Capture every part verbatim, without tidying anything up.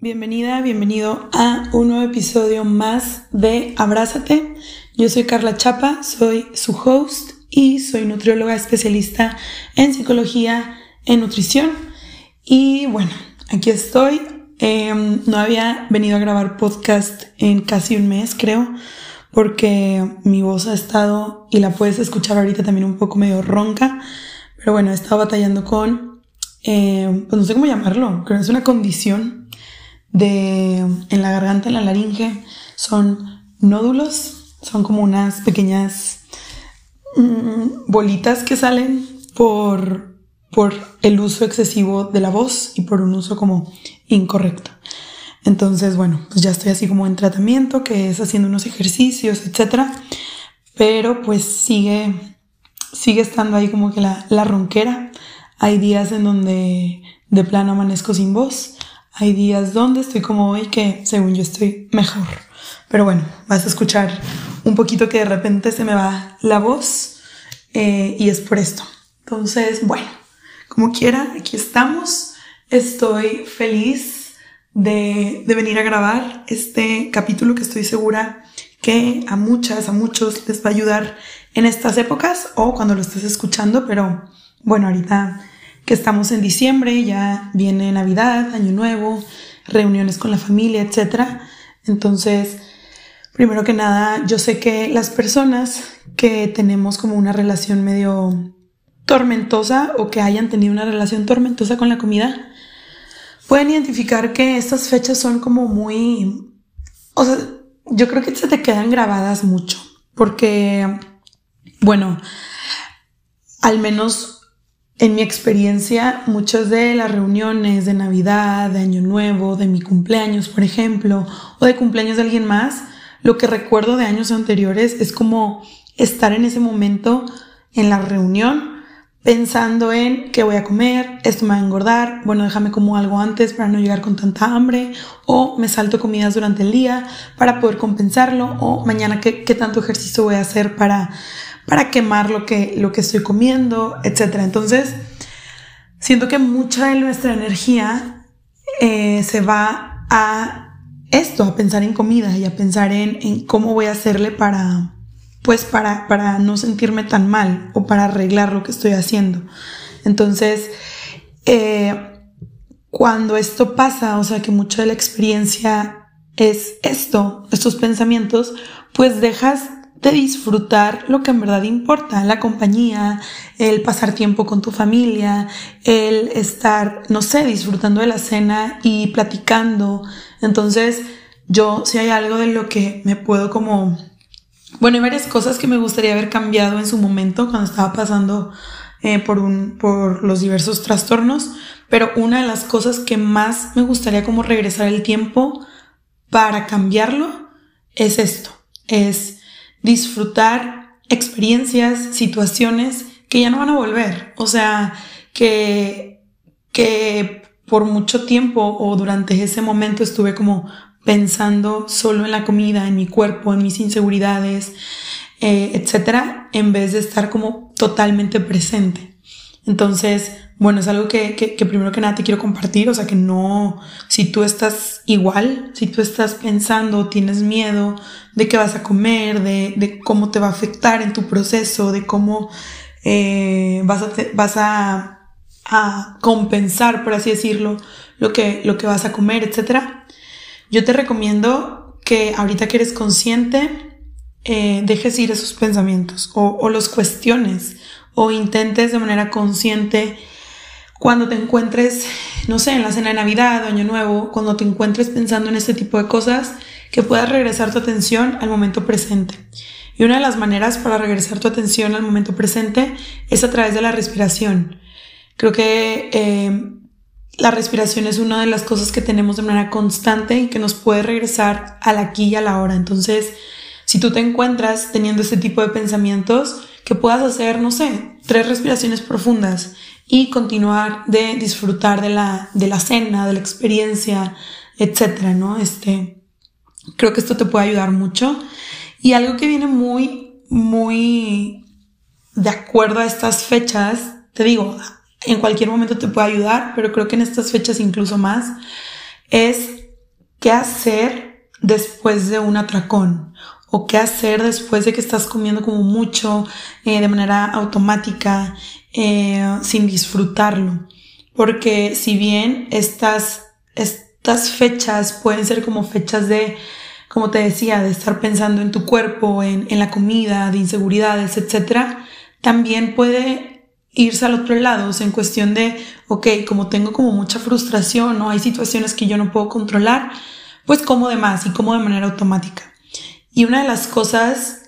Bienvenida, bienvenido a un nuevo episodio más de Abrázate. Yo soy Carla Chapa, soy su host y soy nutrióloga especialista en psicología, en nutrición. Y bueno, aquí estoy. Eh, no había venido a grabar podcast en casi un mes, creo, porque mi voz ha estado, y la puedes escuchar ahorita también un poco medio ronca, pero bueno, he estado batallando con, eh, pues no sé cómo llamarlo, creo que es una condición de en la garganta, en la laringe. Son nódulos, son como unas pequeñas mmm, bolitas que salen por, por el uso excesivo de la voz y por un uso como incorrecto. Entonces, bueno, pues ya estoy así como en tratamiento, que es haciendo unos ejercicios, etcétera. Pero pues sigue, sigue estando ahí como que la, la ronquera. Hay días en donde de plano amanezco sin voz. Hay días donde estoy como hoy que según yo estoy mejor. Pero bueno, vas a escuchar un poquito que de repente se me va la voz eh, y es por esto. Entonces, bueno, como quiera, aquí estamos. Estoy feliz de, de venir a grabar este capítulo que estoy segura que a muchas, a muchos les va a ayudar en estas épocas o cuando lo estés escuchando. Pero bueno, ahorita que estamos en diciembre, ya viene Navidad, Año Nuevo, reuniones con la familia, etcétera. Entonces, primero que nada, yo sé que las personas que tenemos como una relación medio tormentosa o que hayan tenido una relación tormentosa con la comida, pueden identificar que estas fechas son como muy... O sea, yo creo que se te quedan grabadas mucho, porque, bueno, al menos en mi experiencia, muchas de las reuniones de Navidad, de Año Nuevo, de mi cumpleaños, por ejemplo, o de cumpleaños de alguien más, lo que recuerdo de años anteriores es como estar en ese momento en la reunión pensando en qué voy a comer, esto me va a engordar, bueno, déjame como algo antes para no llegar con tanta hambre, o me salto comidas durante el día para poder compensarlo, o mañana qué, qué tanto ejercicio voy a hacer para... para quemar lo que, lo que estoy comiendo, etcétera. Entonces, siento que mucha de nuestra energía eh, se va a esto, a pensar en comida y a pensar en, en cómo voy a hacerle para, pues para, para no sentirme tan mal o para arreglar lo que estoy haciendo. Entonces, eh, cuando esto pasa, o sea, que mucha de la experiencia es esto, estos pensamientos, pues dejas de disfrutar lo que en verdad importa, la compañía, el pasar tiempo con tu familia, el estar, no sé, disfrutando de la cena y platicando. Entonces, yo, si hay algo de lo que me puedo como... Bueno, hay varias cosas que me gustaría haber cambiado en su momento cuando estaba pasando eh, por, un, por los diversos trastornos, pero una de las cosas que más me gustaría como regresar el tiempo para cambiarlo es esto, es disfrutar experiencias, situaciones que ya no van a volver. O sea, que, que por mucho tiempo o durante ese momento estuve como pensando solo en la comida, en mi cuerpo, en mis inseguridades, eh, etcétera, en vez de estar como totalmente presente. Entonces, bueno, es algo que, que, que primero que nada te quiero compartir. O sea, que no, si tú estás igual, si tú estás pensando, tienes miedo de qué vas a comer, de, de cómo te va a afectar en tu proceso, de cómo eh, vas, a, te, vas a, a compensar, por así decirlo, lo que, lo que vas a comer, etcétera. Yo te recomiendo que ahorita que eres consciente, eh, dejes ir esos pensamientos o, o los cuestiones o intentes de manera consciente. Cuando te encuentres, no sé, en la cena de Navidad o Año Nuevo, cuando te encuentres pensando en este tipo de cosas, que puedas regresar tu atención al momento presente. Y una de las maneras para regresar tu atención al momento presente es a través de la respiración. Creo que eh, la respiración es una de las cosas que tenemos de manera constante y que nos puede regresar al aquí y a la hora. Entonces, si tú te encuentras teniendo este tipo de pensamientos, que puedas hacer, no sé, tres respiraciones profundas y continuar de disfrutar de la, de la cena, de la experiencia, etcétera, ¿no? Este, creo que esto te puede ayudar mucho. Y algo que viene muy, muy de acuerdo a estas fechas, te digo, en cualquier momento te puede ayudar, pero creo que en estas fechas incluso más, es qué hacer después de un atracón o qué hacer después de que estás comiendo como mucho, eh, de manera automática, eh, sin disfrutarlo. Porque si bien estas, estas fechas pueden ser como fechas de, como te decía, de estar pensando en tu cuerpo, en, en la comida, de inseguridades, etcétera, también puede irse al otro lado, o sea, en cuestión de, ok, como tengo como mucha frustración, ¿no? Hay situaciones que yo no puedo controlar, pues como de más y como de manera automática. Y una de las cosas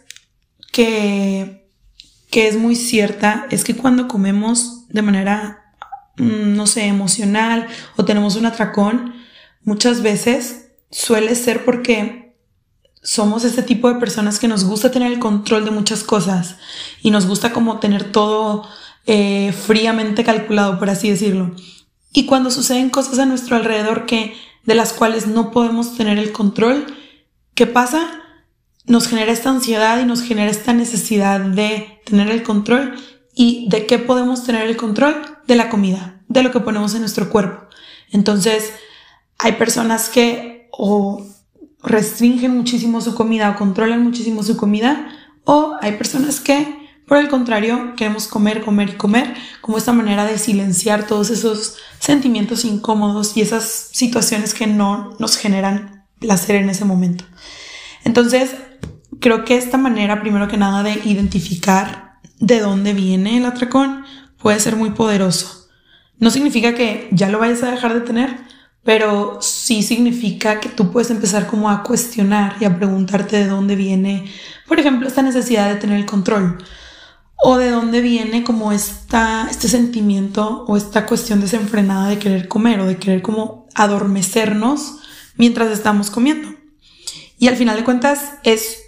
que, que es muy cierta es que cuando comemos de manera, no sé, emocional o tenemos un atracón, muchas veces suele ser porque somos ese tipo de personas que nos gusta tener el control de muchas cosas y nos gusta como tener todo eh, fríamente calculado, por así decirlo. Y cuando suceden cosas a nuestro alrededor que, de las cuales no podemos tener el control, ¿qué pasa? Nos genera esta ansiedad y nos genera esta necesidad de tener el control. ¿Y de qué podemos tener el control? De la comida, de lo que ponemos en nuestro cuerpo. Entonces, hay personas que o restringen muchísimo su comida o controlan muchísimo su comida, o hay personas que, por el contrario, queremos comer, comer y comer, como esta manera de silenciar todos esos sentimientos incómodos y esas situaciones que no nos generan placer en ese momento. Entonces, creo que esta manera, primero que nada, de identificar de dónde viene el atracón puede ser muy poderoso. No significa que ya lo vayas a dejar de tener, pero sí significa que tú puedes empezar como a cuestionar y a preguntarte de dónde viene, por ejemplo, esta necesidad de tener el control, o de dónde viene como esta, este sentimiento o esta cuestión desenfrenada de querer comer o de querer como adormecernos mientras estamos comiendo. Y al final de cuentas es,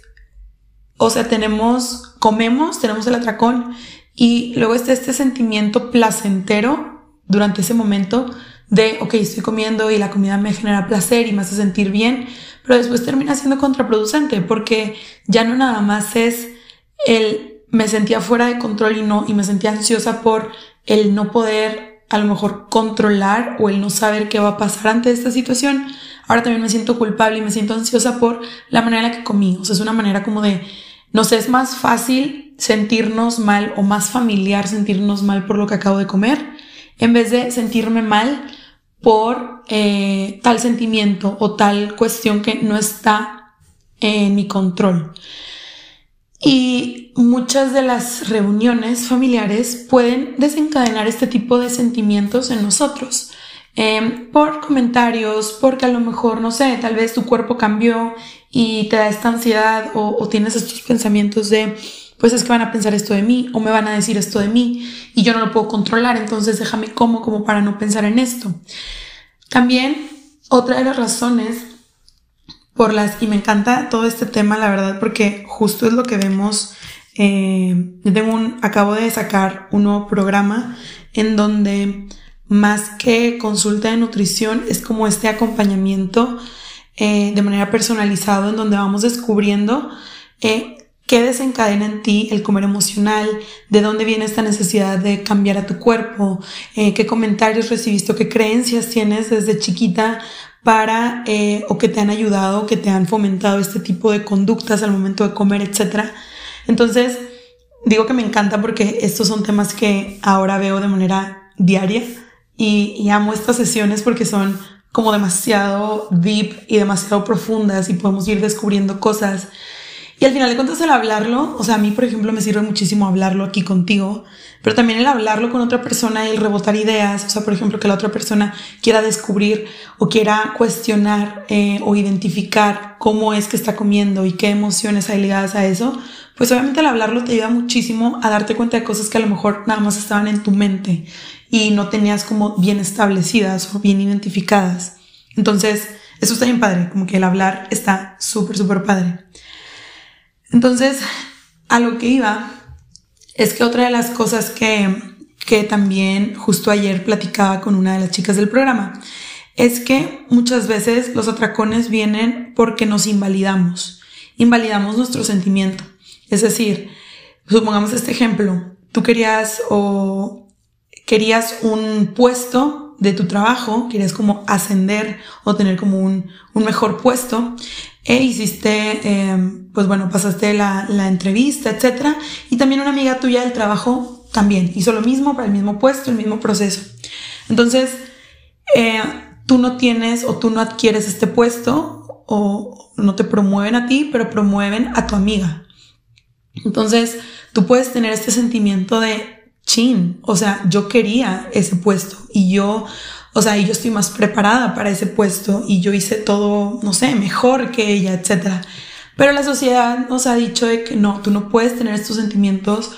o sea, tenemos, comemos, tenemos el atracón y luego está este sentimiento placentero durante ese momento de, ok, estoy comiendo y la comida me genera placer y me hace sentir bien, pero después termina siendo contraproducente porque ya no nada más es el me sentía fuera de control y no, y me sentía ansiosa por el no poder a lo mejor controlar o el no saber qué va a pasar ante esta situación. Ahora también me siento culpable y me siento ansiosa por la manera en la que comí. O sea, es una manera como de, no sé, es más fácil sentirnos mal o más familiar sentirnos mal por lo que acabo de comer en vez de sentirme mal por eh, tal sentimiento o tal cuestión que no está en mi control. Y muchas de las reuniones familiares pueden desencadenar este tipo de sentimientos en nosotros. Eh, por comentarios, porque a lo mejor, no sé, tal vez tu cuerpo cambió y te da esta ansiedad o, o tienes estos pensamientos de, pues es que van a pensar esto de mí o me van a decir esto de mí y yo no lo puedo controlar, entonces déjame como, como para no pensar en esto. También otra de las razones por las, y me encanta todo este tema, la verdad, porque justo es lo que vemos. Eh, yo tengo un, acabo de sacar un nuevo programa en donde más que consulta de nutrición es como este acompañamiento eh, de manera personalizada en donde vamos descubriendo eh, qué desencadena en ti el comer emocional, de dónde viene esta necesidad de cambiar a tu cuerpo, eh, qué comentarios recibiste o qué creencias tienes desde chiquita para eh, o que te han ayudado, que te han fomentado este tipo de conductas al momento de comer, etcétera. Entonces, digo que me encanta porque estos son temas que ahora veo de manera diaria y, y amo estas sesiones porque son como demasiado deep y demasiado profundas y podemos ir descubriendo cosas. Y al final de cuentas el hablarlo, o sea, a mí por ejemplo me sirve muchísimo hablarlo aquí contigo, pero también el hablarlo con otra persona y el rebotar ideas, o sea, por ejemplo, que la otra persona quiera descubrir o quiera cuestionar eh, o identificar cómo es que está comiendo y qué emociones hay ligadas a eso, pues obviamente el hablarlo te ayuda muchísimo a darte cuenta de cosas que a lo mejor nada más estaban en tu mente y no tenías como bien establecidas o bien identificadas. Entonces, eso está bien padre, como que el hablar está súper, súper padre. Entonces, a lo que iba es que otra de las cosas que, que también justo ayer platicaba con una de las chicas del programa es que muchas veces los atracones vienen porque nos invalidamos, invalidamos nuestro sentimiento. Es decir, supongamos este ejemplo, tú querías o querías un puesto de tu trabajo, querías como ascender o tener como un, un mejor puesto, e hiciste, eh, pues bueno, pasaste la, la entrevista, etcétera, y también una amiga tuya del trabajo también hizo lo mismo para el mismo puesto, el mismo proceso. Entonces, eh, tú no tienes o tú no adquieres este puesto o no te promueven a ti, pero promueven a tu amiga. Entonces, tú puedes tener este sentimiento de chin, o sea, yo quería ese puesto y yo, o sea, y yo estoy más preparada para ese puesto y yo hice todo, no sé, mejor que ella, etcétera. Pero la sociedad nos ha dicho de que no, tú no puedes tener estos sentimientos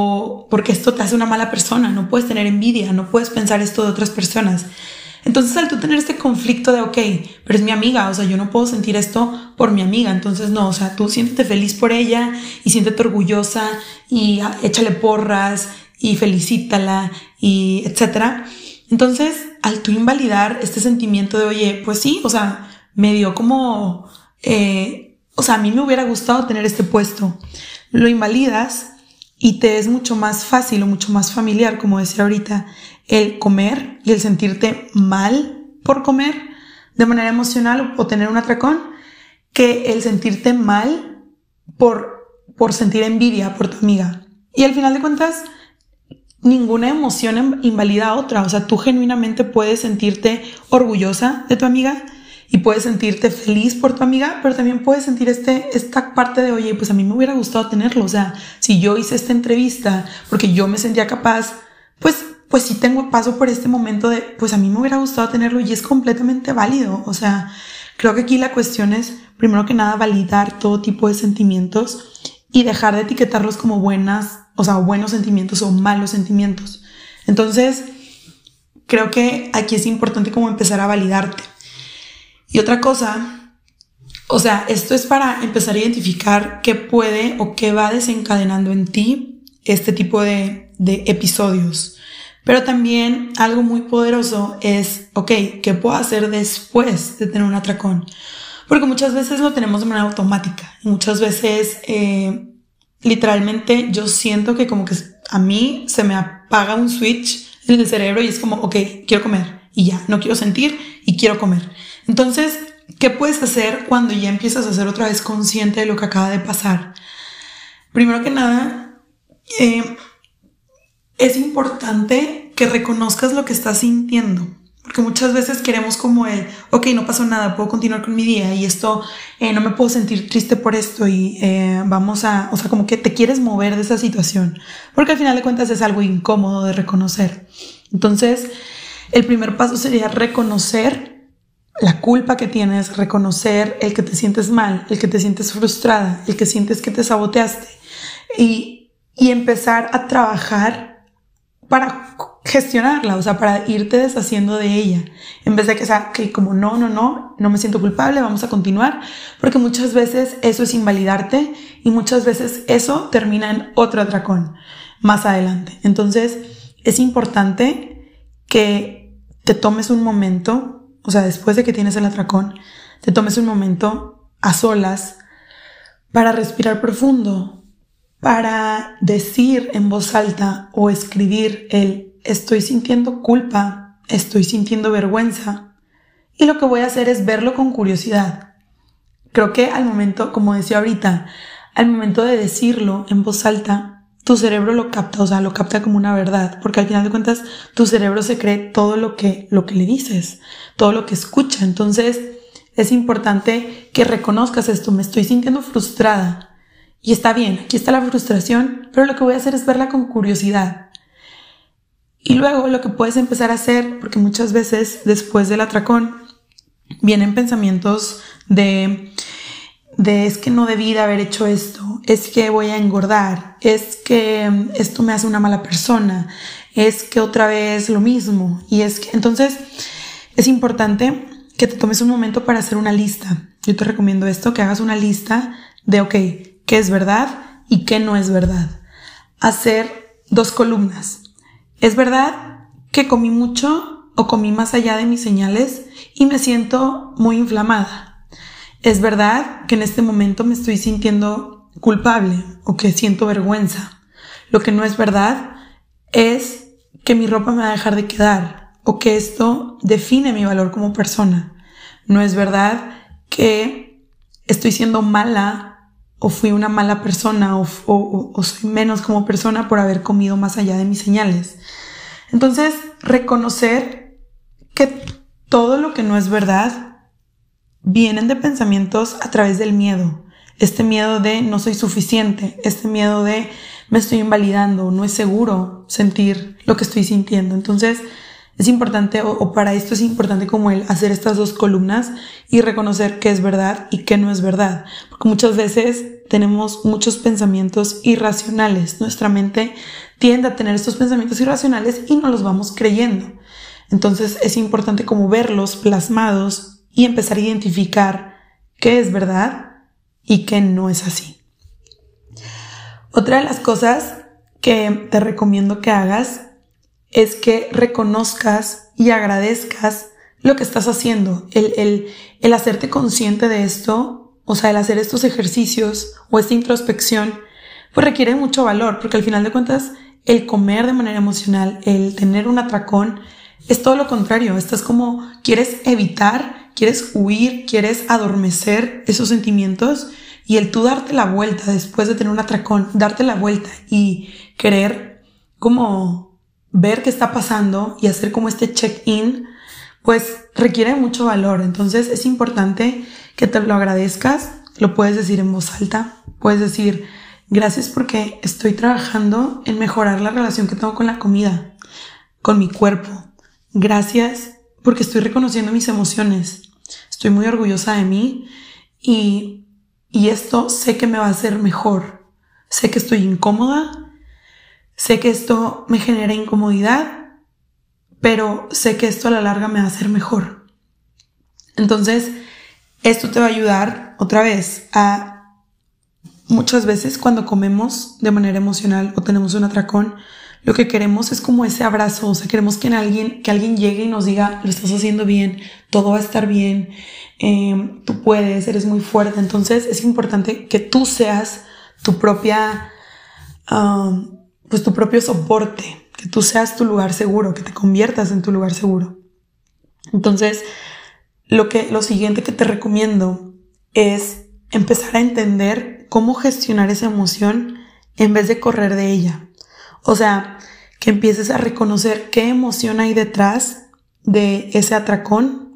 o porque esto te hace una mala persona, no puedes tener envidia, no puedes pensar esto de otras personas. Entonces, al tú tener este conflicto de, ok, pero es mi amiga, o sea, yo no puedo sentir esto por mi amiga, entonces no, o sea, tú siéntete feliz por ella y siéntete orgullosa y échale porras y felicítala y etcétera. Entonces, al tú invalidar este sentimiento de, oye, pues sí, o sea, me dio como, eh, o sea, a mí me hubiera gustado tener este puesto, lo invalidas y te es mucho más fácil o mucho más familiar, como decía ahorita, el comer y el sentirte mal por comer de manera emocional o tener un atracón, que el sentirte mal por, por sentir envidia por tu amiga. Y al final de cuentas, ninguna emoción invalida a otra. O sea, tú genuinamente puedes sentirte orgullosa de tu amiga y puedes sentirte feliz por tu amiga, pero también puedes sentir este, esta parte de, oye, pues a mí me hubiera gustado tenerlo. O sea, si yo hice esta entrevista porque yo me sentía capaz, pues pues sí tengo paso por este momento de, pues a mí me hubiera gustado tenerlo y es completamente válido. O sea, creo que aquí la cuestión es, primero que nada, validar todo tipo de sentimientos y dejar de etiquetarlos como buenas, o sea, buenos sentimientos o malos sentimientos. Entonces, creo que aquí es importante como empezar a validarte. Y otra cosa, o sea, esto es para empezar a identificar qué puede o qué va desencadenando en ti este tipo de, de episodios. Pero también algo muy poderoso es, ok, ¿qué puedo hacer después de tener un atracón? Porque muchas veces lo tenemos de manera automática. Y muchas veces, eh, literalmente, yo siento que como que a mí se me apaga un switch en el cerebro y es como, ok, quiero comer. Y ya, no quiero sentir y quiero comer. Entonces, ¿qué puedes hacer cuando ya empiezas a ser otra vez consciente de lo que acaba de pasar? Primero que nada, eh... es importante que reconozcas lo que estás sintiendo, porque muchas veces queremos como el, ok, no pasó nada, puedo continuar con mi día y esto, eh, no me puedo sentir triste por esto y eh, vamos a, o sea, como que te quieres mover de esa situación, porque al final de cuentas es algo incómodo de reconocer. Entonces, el primer paso sería reconocer la culpa que tienes, reconocer el que te sientes mal, el que te sientes frustrada, el que sientes que te saboteaste y, y empezar a trabajar para gestionarla, o sea, para irte deshaciendo de ella, en vez de que sea que como no, no, no, no me siento culpable, vamos a continuar, porque muchas veces eso es invalidarte y muchas veces eso termina en otro atracón más adelante. Entonces, es importante que te tomes un momento, o sea, después de que tienes el atracón, te tomes un momento a solas para respirar profundo, para decir en voz alta o escribir el estoy sintiendo culpa, estoy sintiendo vergüenza. Y lo que voy a hacer es verlo con curiosidad. Creo que al momento, como decía ahorita, al momento de decirlo en voz alta, tu cerebro lo capta, o sea, lo capta como una verdad, porque al final de cuentas tu cerebro se cree todo lo que, lo que le dices, todo lo que escucha. Entonces es importante que reconozcas esto, me estoy sintiendo frustrada. Y está bien, aquí está la frustración, pero lo que voy a hacer es verla con curiosidad. Y luego lo que puedes empezar a hacer, porque muchas veces después del atracón vienen pensamientos de, de es que no debí de haber hecho esto, es que voy a engordar, es que esto me hace una mala persona, es que otra vez lo mismo. Y es que entonces es importante que te tomes un momento para hacer una lista. Yo te recomiendo esto, que hagas una lista de, ok, qué es verdad y qué no es verdad. Hacer dos columnas. ¿Es verdad que comí mucho o comí más allá de mis señales y me siento muy inflamada? ¿Es verdad que en este momento me estoy sintiendo culpable o que siento vergüenza? Lo que no es verdad es que mi ropa me va a dejar de quedar o que esto define mi valor como persona. No es verdad que estoy siendo mala o fui una mala persona o, o, o soy menos como persona por haber comido más allá de mis señales. Entonces, reconocer que todo lo que no es verdad vienen de pensamientos a través del miedo. Este miedo de no soy suficiente, este miedo de me estoy invalidando, no es seguro sentir lo que estoy sintiendo. Entonces es importante, o, o para esto es importante como el hacer estas dos columnas y reconocer qué es verdad y qué no es verdad. Porque muchas veces tenemos muchos pensamientos irracionales. Nuestra mente tiende a tener estos pensamientos irracionales y no los vamos creyendo. Entonces es importante como verlos plasmados y empezar a identificar qué es verdad y qué no es así. Otra de las cosas que te recomiendo que hagas es que reconozcas y agradezcas lo que estás haciendo. El, el, el hacerte consciente de esto, o sea, el hacer estos ejercicios o esta introspección, pues requiere mucho valor, porque al final de cuentas el comer de manera emocional, el tener un atracón, es todo lo contrario. Estás como, quieres evitar, quieres huir, quieres adormecer esos sentimientos, y el tú darte la vuelta después de tener un atracón, darte la vuelta y querer como ver qué está pasando y hacer como este check-in, pues requiere mucho valor. Entonces es importante que te lo agradezcas. Lo puedes decir en voz alta, puedes decir gracias porque estoy trabajando en mejorar la relación que tengo con la comida, con mi cuerpo. Gracias porque estoy reconociendo mis emociones. Estoy muy orgullosa de mí y, y esto sé que me va a hacer mejor. Sé que estoy incómoda, sé que esto me genera incomodidad, pero sé que esto a la larga me va a hacer mejor. Entonces, esto te va a ayudar otra vez a muchas veces cuando comemos de manera emocional o tenemos un atracón, lo que queremos es como ese abrazo, o sea, queremos que alguien, que alguien llegue y nos diga, lo estás haciendo bien, todo va a estar bien, eh, tú puedes, eres muy fuerte. Entonces es importante que tú seas tu propia, um, pues tu propio soporte, que tú seas tu lugar seguro, que te conviertas en tu lugar seguro. Entonces, lo que, lo siguiente que te recomiendo es empezar a entender cómo gestionar esa emoción en vez de correr de ella. O sea, que empieces a reconocer qué emoción hay detrás de ese atracón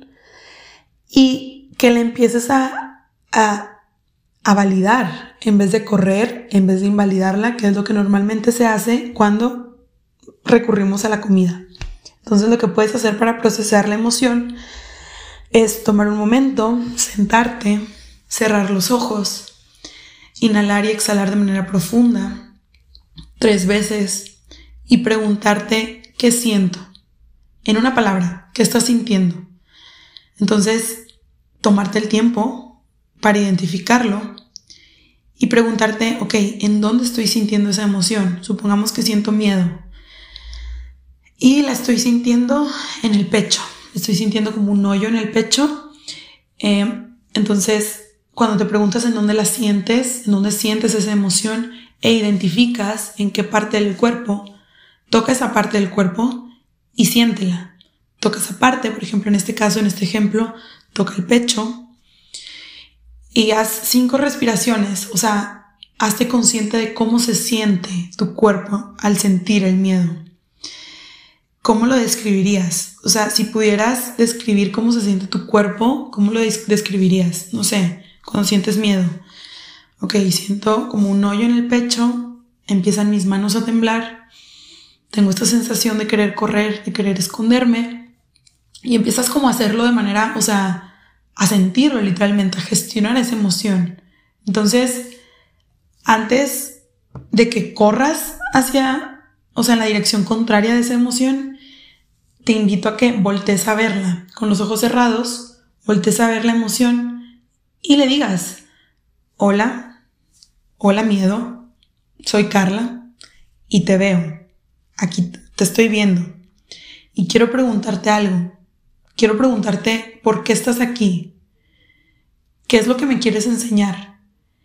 y que le empieces a, a, a validar en vez de correr, en vez de invalidarla, que es lo que normalmente se hace cuando recurrimos a la comida. Entonces, lo que puedes hacer para procesar la emoción es tomar un momento, sentarte, cerrar los ojos, inhalar y exhalar de manera profunda tres veces y preguntarte qué siento. En una palabra, ¿qué estás sintiendo? Entonces, tomarte el tiempo para identificarlo y preguntarte, ok, ¿en dónde estoy sintiendo esa emoción? Supongamos que siento miedo y la estoy sintiendo en el pecho. Estoy sintiendo como un hoyo en el pecho. Eh, entonces, cuando te preguntas en dónde la sientes, en dónde sientes esa emoción e identificas en qué parte del cuerpo, toca esa parte del cuerpo y siéntela. Toca esa parte, por ejemplo, en este caso, en este ejemplo, toca el pecho y haz cinco respiraciones. O sea, hazte consciente de cómo se siente tu cuerpo al sentir el miedo. ¿Cómo lo describirías? O sea, si pudieras describir cómo se siente tu cuerpo, ¿cómo lo des- describirías? No sé, cuando sientes miedo. Ok, siento como un hoyo en el pecho, empiezan mis manos a temblar, tengo esta sensación de querer correr, de querer esconderme, y empiezas como a hacerlo de manera, o sea, a sentirlo literalmente, a gestionar esa emoción. Entonces, antes de que corras hacia, o sea, en la dirección contraria de esa emoción, te invito a que voltees a verla, con los ojos cerrados, voltees a ver la emoción y le digas, hola, hola miedo, soy Carla y te veo, aquí te estoy viendo y quiero preguntarte algo, quiero preguntarte por qué estás aquí, qué es lo que me quieres enseñar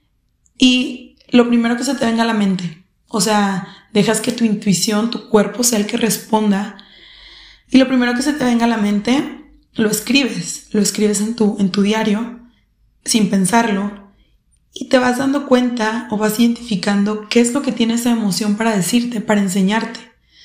y lo primero que se te venga a la mente, o sea, dejas que tu intuición, tu cuerpo sea el que responda Y lo primero que se te venga a la mente, lo escribes, lo escribes en tu, en tu diario, sin pensarlo, y te vas dando cuenta o vas identificando qué es lo que tiene esa emoción para decirte, para enseñarte.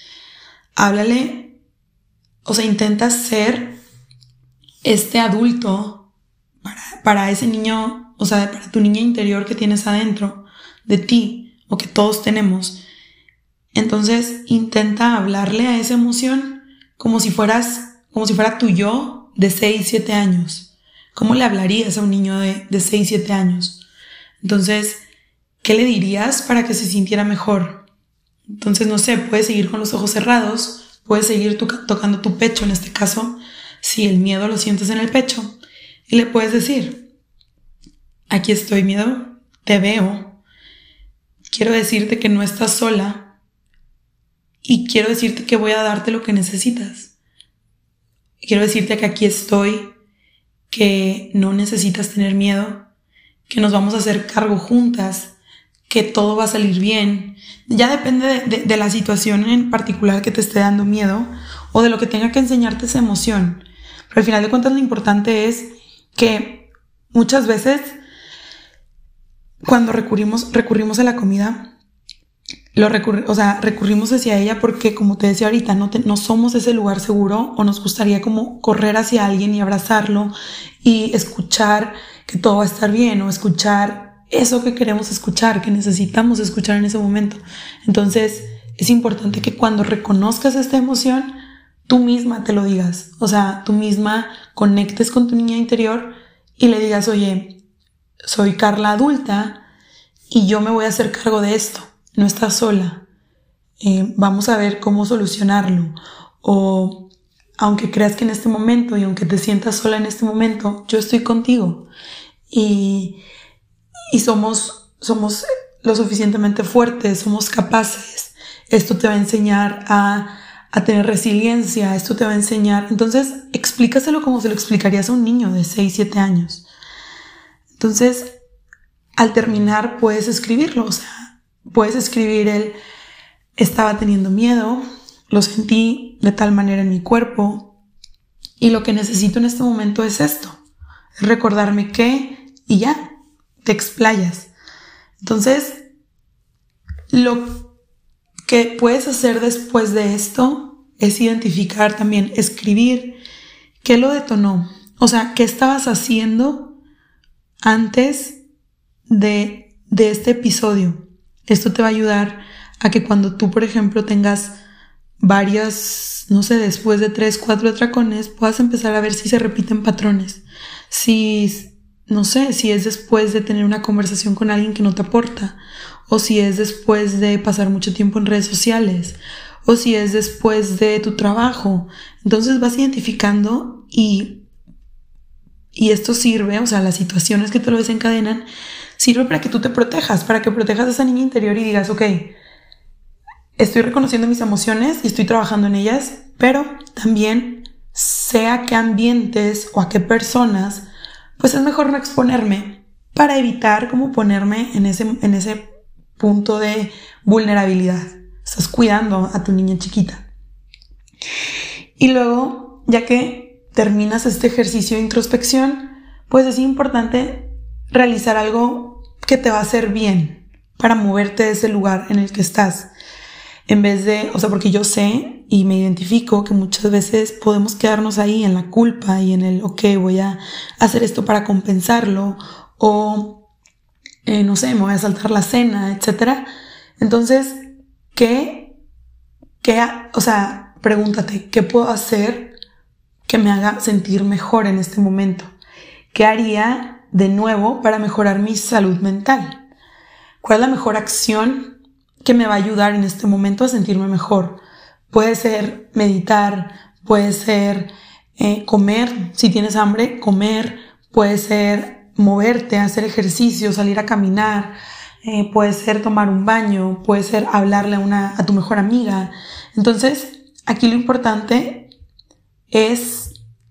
Háblale, o sea, intenta ser este adulto para, para ese niño, o sea, para tu niña interior que tienes adentro de ti o que todos tenemos. Entonces intenta hablarle a esa emoción como si fueras, como si fuera tu yo de seis, siete años. ¿Cómo le hablarías a un niño de, de seis, siete años? Entonces, ¿qué le dirías para que se sintiera mejor? Entonces, no sé, puedes seguir con los ojos cerrados, puedes seguir tu, tocando tu pecho en este caso, si el miedo lo sientes en el pecho, y le puedes decir, aquí estoy, miedo, te veo, quiero decirte que no estás sola, y quiero decirte que voy a darte lo que necesitas. Quiero decirte que aquí estoy, que no necesitas tener miedo, que nos vamos a hacer cargo juntas, que todo va a salir bien. Ya depende de, de, de la situación en particular que te esté dando miedo o de lo que tenga que enseñarte esa emoción. Pero al final de cuentas lo importante es que muchas veces cuando recurrimos, recurrimos a la comida, Lo recurri- o sea, recurrimos hacia ella porque, como te decía ahorita, no, te- no somos ese lugar seguro o nos gustaría como correr hacia alguien y abrazarlo y escuchar que todo va a estar bien o escuchar eso que queremos escuchar, que necesitamos escuchar en ese momento. Entonces, es importante que cuando reconozcas esta emoción, tú misma te lo digas. O sea, tú misma conectes con tu niña interior y le digas, oye, soy Carla adulta y yo me voy a hacer cargo de esto. No estás sola, eh, vamos a ver cómo solucionarlo. O aunque creas que en este momento y aunque te sientas sola en este momento, yo estoy contigo y, y somos, somos lo suficientemente fuertes, somos capaces. Esto te va a enseñar a, a tener resiliencia, esto te va a enseñar. Entonces, explícaselo como se lo explicarías a un niño de seis, siete años. Entonces, al terminar puedes escribirlo, o sea, puedes escribir el, estaba teniendo miedo, lo sentí de tal manera en mi cuerpo y lo que necesito en este momento es esto, es recordarme que y ya, te explayas. Entonces, lo que puedes hacer después de esto es identificar también, escribir qué lo detonó, o sea, qué estabas haciendo antes de, de este episodio. Esto te va a ayudar a que cuando tú, por ejemplo, tengas varias, no sé, después de tres, cuatro atracones, puedas empezar a ver si se repiten patrones. Si, no sé, si es después de tener una conversación con alguien que no te aporta, o si es después de pasar mucho tiempo en redes sociales, o si es después de tu trabajo. Entonces vas identificando y, y esto sirve, o sea, las situaciones que te lo desencadenan, sirve para que tú te protejas, para que protejas a esa niña interior y digas, ok, estoy reconociendo mis emociones y estoy trabajando en ellas, pero también sé a qué ambientes o a qué personas, pues es mejor no exponerme para evitar como ponerme en ese, en ese punto de vulnerabilidad. Estás cuidando a tu niña chiquita. Y luego, ya que terminas este ejercicio de introspección, pues es importante realizar algo que te va a hacer bien para moverte de ese lugar en el que estás. En vez de, o sea, porque yo sé y me identifico que muchas veces podemos quedarnos ahí en la culpa y en el, ok, voy a hacer esto para compensarlo o, eh, no sé, me voy a saltar la cena, etcétera. Entonces, ¿qué, qué, o sea, pregúntate, ¿qué puedo hacer que me haga sentir mejor en este momento? ¿Qué haría de nuevo para mejorar mi salud mental? ¿Cuál es la mejor acción que me va a ayudar en este momento a sentirme mejor? Puede ser meditar, puede ser eh, comer, si tienes hambre, comer, puede ser moverte, hacer ejercicio, salir a caminar, eh, puede ser tomar un baño, puede ser hablarle a, una, a tu mejor amiga. Entonces, aquí lo importante es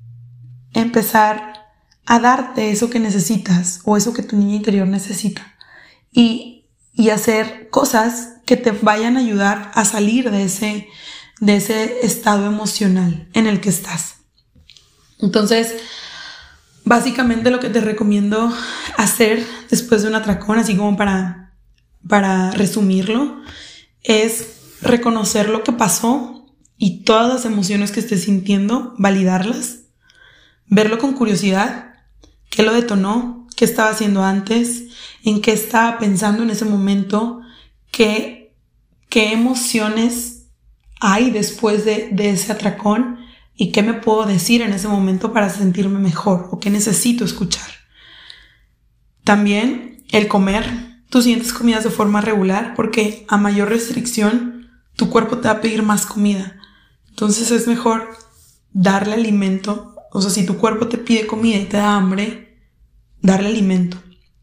empezar a darte eso que necesitas o eso que tu niña interior necesita y, y hacer cosas que te vayan a ayudar a salir de ese, de ese estado emocional en el que estás. Entonces, básicamente lo que te recomiendo hacer después de un atracón, así como para, para resumirlo, es reconocer lo que pasó y todas las emociones que estés sintiendo, validarlas, verlo con curiosidad, qué lo detonó, qué estaba haciendo antes, en qué estaba pensando en ese momento, qué, qué emociones hay después de, de ese atracón y qué me puedo decir en ese momento para sentirme mejor o qué necesito escuchar. También el comer. Tú sientes comidas de forma regular porque a mayor restricción tu cuerpo te va a pedir más comida. Entonces es mejor darle alimento. O sea, si tu cuerpo te pide comida y te da hambre, darle alimento.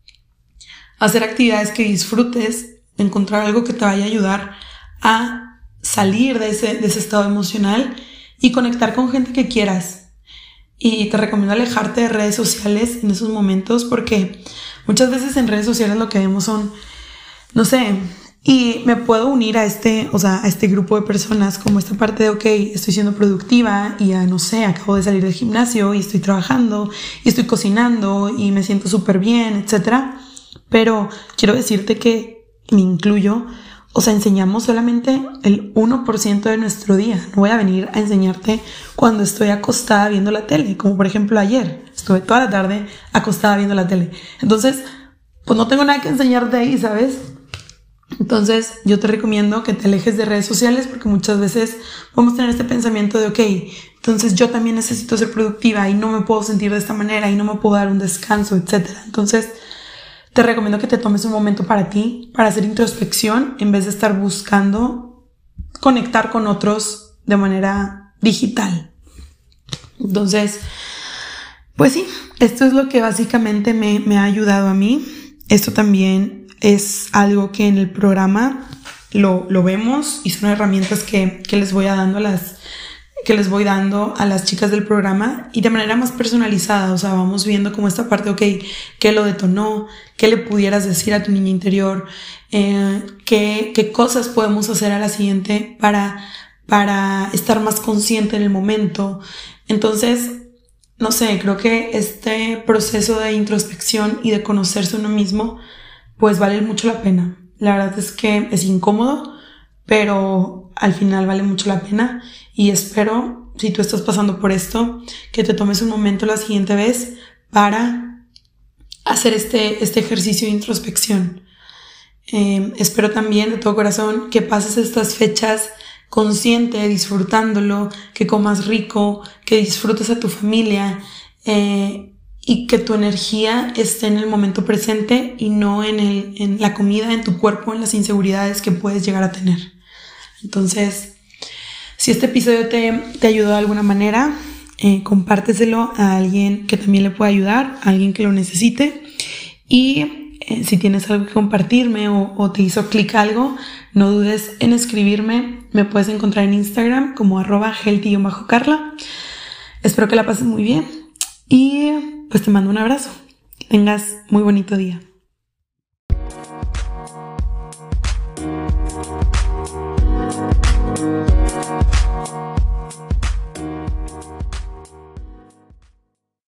Hacer actividades que disfrutes, encontrar algo que te vaya a ayudar a salir de ese, de ese estado emocional y conectar con gente que quieras. Y te recomiendo alejarte de redes sociales en esos momentos porque muchas veces en redes sociales lo que vemos son, no sé, y me puedo unir a este, o sea, a este grupo de personas como esta parte de, ok, estoy siendo productiva y ya, no sé, acabo de salir del gimnasio y estoy trabajando y estoy cocinando y me siento súper bien, etcétera. Pero quiero decirte que me incluyo, o sea, enseñamos solamente el uno por ciento de nuestro día. No voy a venir a enseñarte cuando estoy acostada viendo la tele, como por ejemplo ayer. Estuve toda la tarde acostada viendo la tele. Entonces, pues no tengo nada que enseñarte ahí, ¿sabes? Entonces, yo te recomiendo que te alejes de redes sociales porque muchas veces vamos a tener este pensamiento de, ok, entonces yo también necesito ser productiva y no me puedo sentir de esta manera y no me puedo dar un descanso, etcétera. Entonces, te recomiendo que te tomes un momento para ti, para hacer introspección, en vez de estar buscando conectar con otros de manera digital. Entonces, pues sí, esto es lo que básicamente me, me ha ayudado a mí. Esto también es algo que en el programa lo, lo vemos y son herramientas que, que les voy a dando a las que les voy dando a las chicas del programa y de manera más personalizada. O sea, vamos viendo como esta parte, ok, qué lo detonó, qué le pudieras decir a tu niña interior, eh, qué, qué cosas podemos hacer a la siguiente para, para estar más consciente en el momento. Entonces, no sé, creo que este proceso de introspección y de conocerse uno mismo, pues vale mucho la pena. La verdad es que es incómodo, pero al final vale mucho la pena y espero, si tú estás pasando por esto, que te tomes un momento la siguiente vez para hacer este, este ejercicio de introspección. Eh, espero también de todo corazón que pases estas fechas consciente, disfrutándolo, que comas rico, que disfrutes a tu familia eh, y que tu energía esté en el momento presente y no en, el, en la comida, en tu cuerpo, en las inseguridades que puedes llegar a tener. Entonces, si este episodio te, te ayudó de alguna manera, eh, compárteselo a alguien que también le pueda ayudar, a alguien que lo necesite. Y eh, si tienes algo que compartirme o, o te hizo clic algo, no dudes en escribirme. Me puedes encontrar en Instagram como arroba healthy-carla. Espero que la pases muy bien y pues te mando un abrazo. Que tengas muy bonito día.